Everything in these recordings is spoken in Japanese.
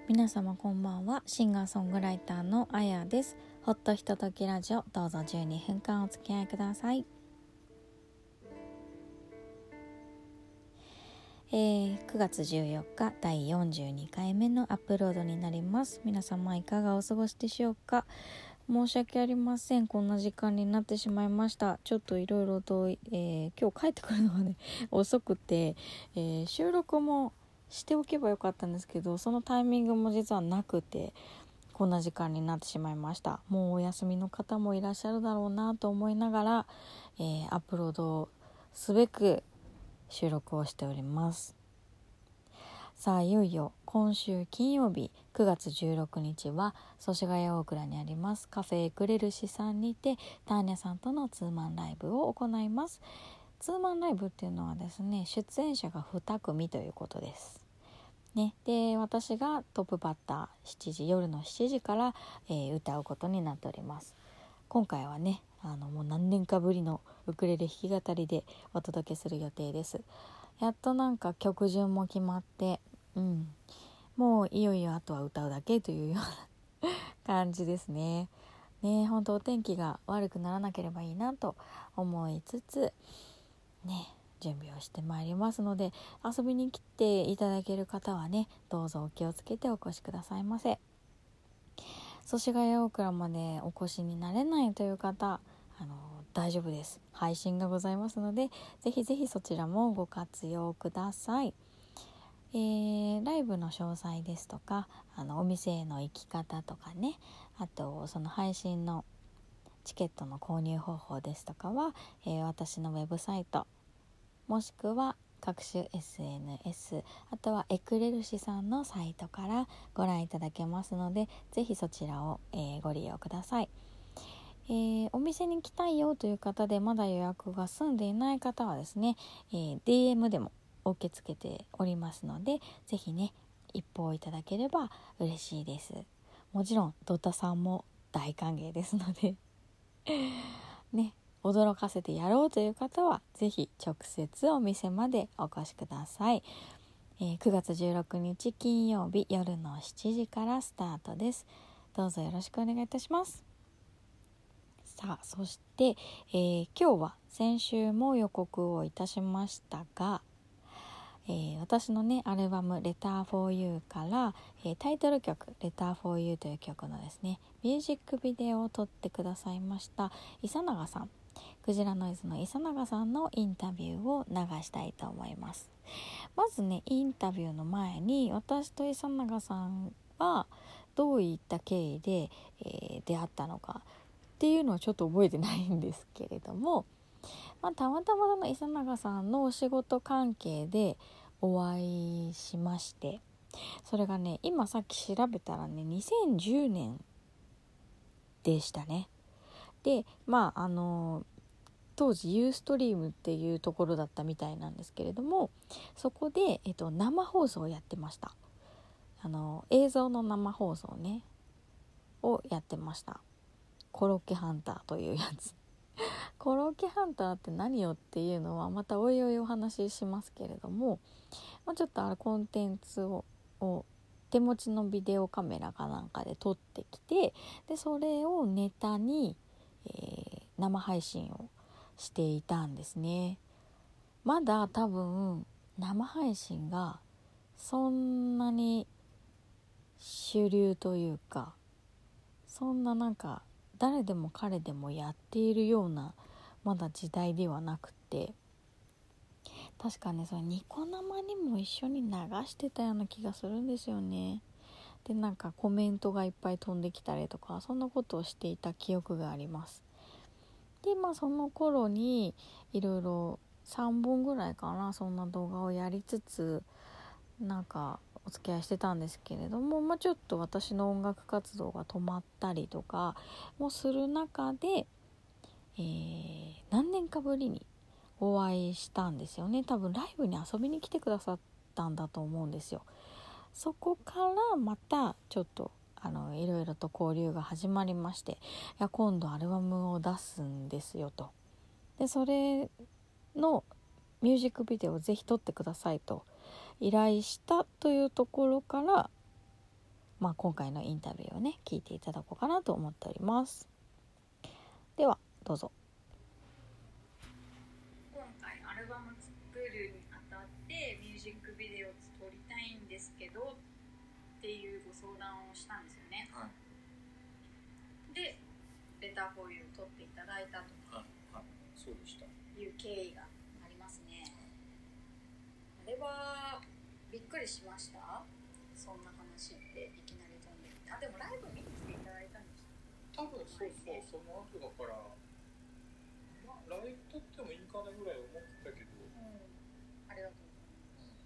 皆様こんばんは。シンガーソングライターのあやです。ほっとひとときラジオ、どうぞ12分間お付き合いください。9月14日第42回目のアップロードになります。皆様いかがお過ごしでしょうか。申し訳ありません、こんな時間になってしまいました。ちょっといろいろと、今日帰ってくるのがね遅くて、収録もしておけばよかったんですけど、そのタイミングも実はなくて、こんな時間になってしまいました。もうお休みの方もいらっしゃるだろうなと思いながら、アップロードすべく収録をしております。さあ、いよいよ今週金曜日9月16日は祖師ヶ谷大倉にありますカフェエクレルシさんにてターニャさんとのツーマンライブを行います。ツーマンライブっていうのはですね、出演者が2組ということですね。で、私がトップバッター夜の7時から、歌うことになっております。今回はね、もう何年かぶりのウクレレ弾き語りでお届けする予定です。やっとなんか曲順も決まって、もういよいよあとは歌うだけというような感じですね。本当お天気が悪くならなければいいなと思いつつね、準備をしてまいりますので、遊びに来ていただける方はね、どうぞお気をつけてお越しくださいませ。祖師ヶ谷大倉までお越しになれないという方、大丈夫です。配信がございますので、ぜひぜひそちらもご活用ください。ライブの詳細ですとか、お店への行き方とかね、あとその配信のチケットの購入方法ですとかは、私のウェブサイトもしくは各種 SNS、 あとはエクレルシさんのサイトからご覧いただけますので、ぜひそちらを、ご利用ください。お店に来たいよという方でまだ予約が済んでいない方はですね、DM でも受け付けておりますので、ぜひね一報いただければ嬉しいです。もちろんドタさんも大歓迎ですのでね、驚かせてやろうという方はぜひ直接お店までお越しください。9月16日金曜日夜の7時からスタートです。どうぞよろしくお願いいたします。さあ、そして、今日は先週も予告をいたしましたが、私のねアルバム Letter for You から、タイトル曲 Letter for You という曲のですねミュージックビデオを撮ってくださいました伊佐永さん、クジラノイズの伊佐永さんのインタビューを流したいと思います。まずね、インタビューの前に私と伊佐永さんはどういった経緯で、出会ったのかっていうのはちょっと覚えてないんですけれども、たまたま伊佐永さんのお仕事関係でお会いしまして、それがね、今さっき調べたらね2010年でしたね。で、当時ユーストリームっていうところだったみたいなんですけれども、そこで、生放送をやってました。映像の生放送ねをやってました。コロッケハンターというやつコロッケハンターって何よっていうのはまたおいおいお話ししますけれども、ちょっとコンテンツを手持ちのビデオカメラかなんかで撮ってきて、でそれをネタに、生配信をしていたんですね。まだ多分生配信がそんなに主流というか、そんななんか誰でも彼でもやっているようなまだ時代ではなくて、確かねそれニコ生にも一緒に流してたような気がするんですよね。でなんかコメントがいっぱい飛んできたりとか、そんなことをしていた記憶があります。でその頃にいろいろ3本ぐらいかな、そんな動画をやりつつなんかお付き合いしてたんですけれども、ちょっと私の音楽活動が止まったりとかもする中で、何年かぶりにお会いしたんですよね。多分ライブに遊びに来てくださったんだと思うんですよ。そこからまたちょっといろいろと交流が始まりまして、今度アルバムを出すんですよと。でそれのミュージックビデオをぜひ撮ってくださいと依頼したというところから今回のインタビューをね聞いていただこうかなと思っております。ではどうぞ。 今回アルバム作るにあたってミュージックビデオを撮りたいんですけどっていうご相談をしたんですよね、はい、でレターフォーユーを撮っていただいたとそうでしたいう経緯がありますね。あれはびっくりしました。そんな話っていきなり飛んできて、でもライブ見に来ていただいたんです多分そう、その後だから、ライブ撮ってもいいかなぐらい思ってたけど、 ありがとうございます、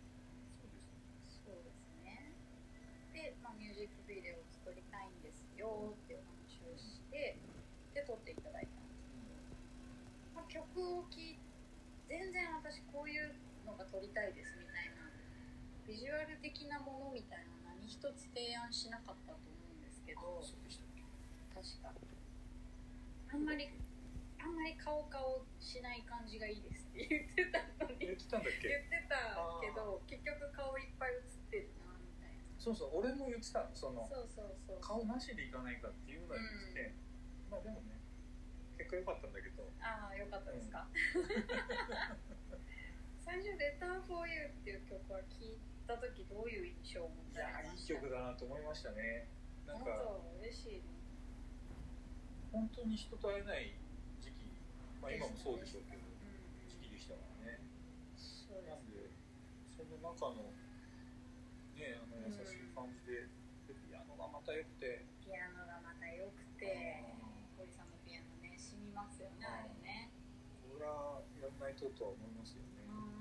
そうですね。で、ミュージックビデオを作りたいんですよっていう話をして、で撮っていただいたんですけど、曲を聴いて全然私こういうのが撮りたいですみたいなビジュアル的なものみたいな何一つ提案しなかったと思うんですけど、 そうでしたっけ。 確かあんまり顔しない感じがいいですって言ってたのに言ってたんだっけ。 言ってたけど結局顔いっぱい映ってるなみたいな。 そう俺も言ってたの。そう顔なしでいかないかっていうのを言ってて、でもね結果良かったんだけど。 良かったですか、最初レターフォーユーっていう曲は聴いた時どういう印象を持ってました？ いい曲だなと思いましたね。なんか嬉しい、 本当に人と会えない時期、今もそうでしょうけど、時期でしたからね。なんでその中のね優しい感じで、ピアノがまた良くて、 堀さんのピアノね染みますよね、あれね。 これはやらないとは思いますよね。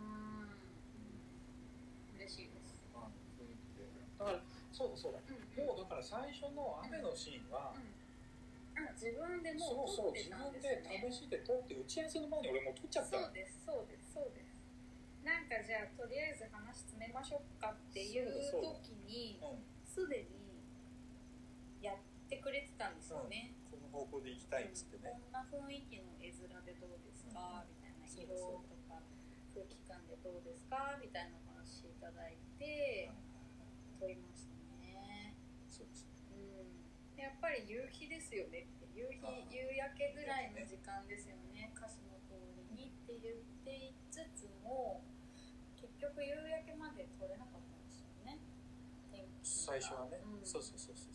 嬉しいです。 雰囲気で。だからそうだ、もうだから最初の雨のシーンは、 自分でもう撮ってたんですよね。 自分で試して撮って打ち合わせの前に俺もう撮っちゃった。 そうです。なんかじゃあとりあえず話進めましょうかっていう時にすでにやってくれてたんですよね、 この方向で行きたいっつってね、 こんな雰囲気の絵面でどうですか、みたいな、色とか空気感でどうですかみたいなお話いただいて、撮りましたね。 そうですね、 やっぱり夕日ですよねって、夕焼けぐらいの時間ですよね、歌詞の通りにって言っていつつも結局夕焼けまで撮れなかったんですよね、 最初はね、そう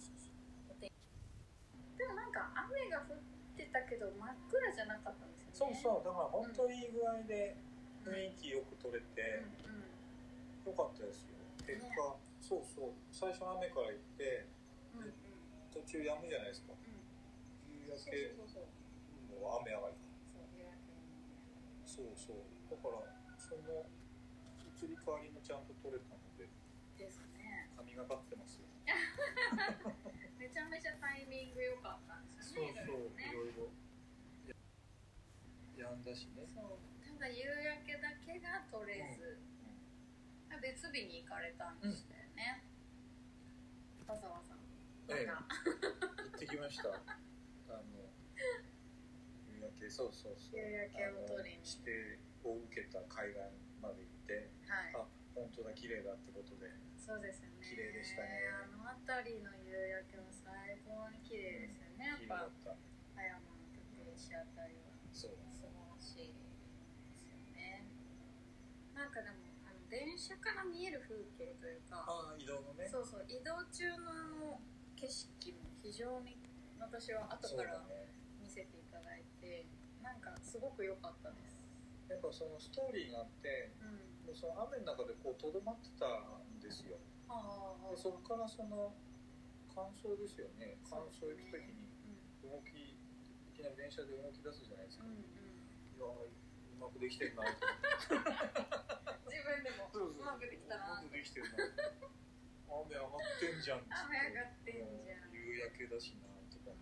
でもなんか雨が降ってたけど真っ暗じゃなかったんですよね。 だから本当にいい具合で雰囲気よく撮れて、よかったですよ。結果、最初雨から行って、途中止むじゃないですか。夕焼け、もう雨上がり。だからその移り変わりもちゃんと撮れたので。 ですね。 神がかってますよ。 めちゃめちゃタイミング良かったんですよね。 いろいろやんだしね。 ただ夕焼けだけが撮れず、別日に行かれたんでしたよね。わざわざ。 行ってきました。夕焼け、夕焼けを撮りに指定を受けた海岸まで行って、本当だ綺麗だってことで。 そうですよね。 綺麗でしたね。 あの辺りの夕焼けは最高に綺麗ですよね。やっぱ葉山の立石あたりは素晴らしいですよね。なんかでも電車から見える風景というか、 移動のね。 移動中の景色も非常に私は後から見せていただいて、なんかすごく良かったです。 やっぱそのストーリーがあって、その雨の中でこうとどまってたんですよ。でそこからその感想ですよね。感想行くときにいきなり電車で動き出すじゃないですか。いやうまくできてるなと思って。 自分でもうまくできたな。 うまくできてるな。雨上がってんじゃん。夕焼けだしなとか。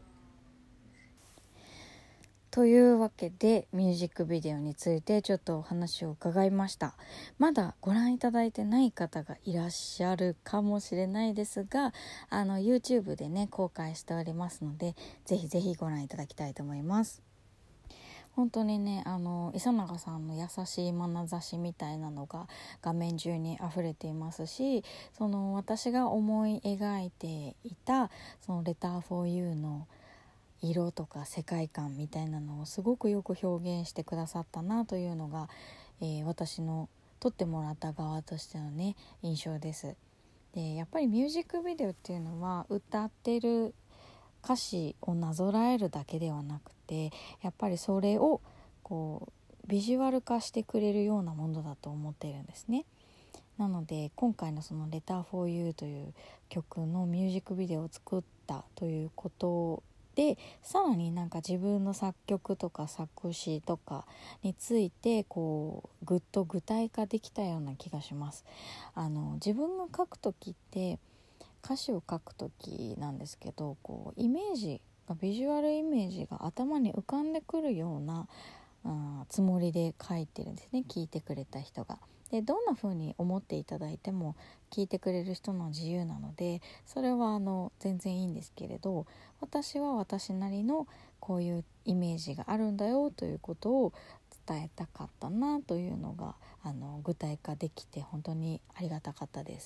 というわけでミュージックビデオについてちょっとお話を伺いました。まだご覧いただいてない方がいらっしゃるかもしれないですが、YouTube でね公開しておりますので、ぜひぜひご覧いただきたいと思います。 本当にね磯永さんの優しい眼差しみたいなのが画面中に溢れていますし、その私が思い描いていたそのレターフォーユーの色とか世界観みたいなのをすごくよく表現してくださったなというのが、私の撮ってもらった側としてのね印象です。でやっぱりミュージックビデオっていうのは歌ってる歌詞をなぞらえるだけではなくて、やっぱりそれをこうビジュアル化してくれるようなものだと思っているんですね。なので今回のそのレターフォーユーという曲のミュージックビデオを作ったということで、さらになんか自分の作曲とか作詞とかについてこうぐっと具体化できたような気がします。自分が書くときって歌詞を書くときなんですけど、こうイメージがビジュアルイメージが頭に浮かんでくるようなつもりで書いてるんですね、聞いてくれた人が。でどんな風に思っていただいても聞いてくれる人の自由なので、それは全然いいんですけれど、私は私なりのこういうイメージがあるんだよということを伝えたかったなというのが具体化できて本当にありがたかったです。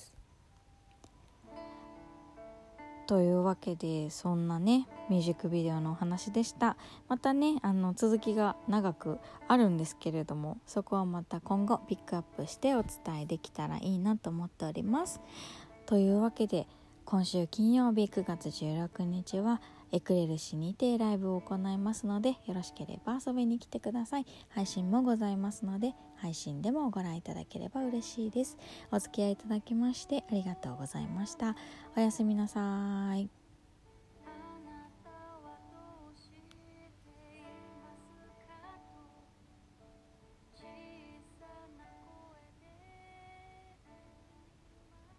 というわけでそんなねミュージックビデオのお話でした。またね続きが長くあるんですけれども、そこはまた今後ピックアップしてお伝えできたらいいなと思っております。というわけで今週金曜日9月16日はエクレル市にてライブを行いますので、よろしければ遊びに来てください。配信もございますので配信でもご覧いただければ嬉しいです。お付き合いいただきましてありがとうございました。おやすみなさい。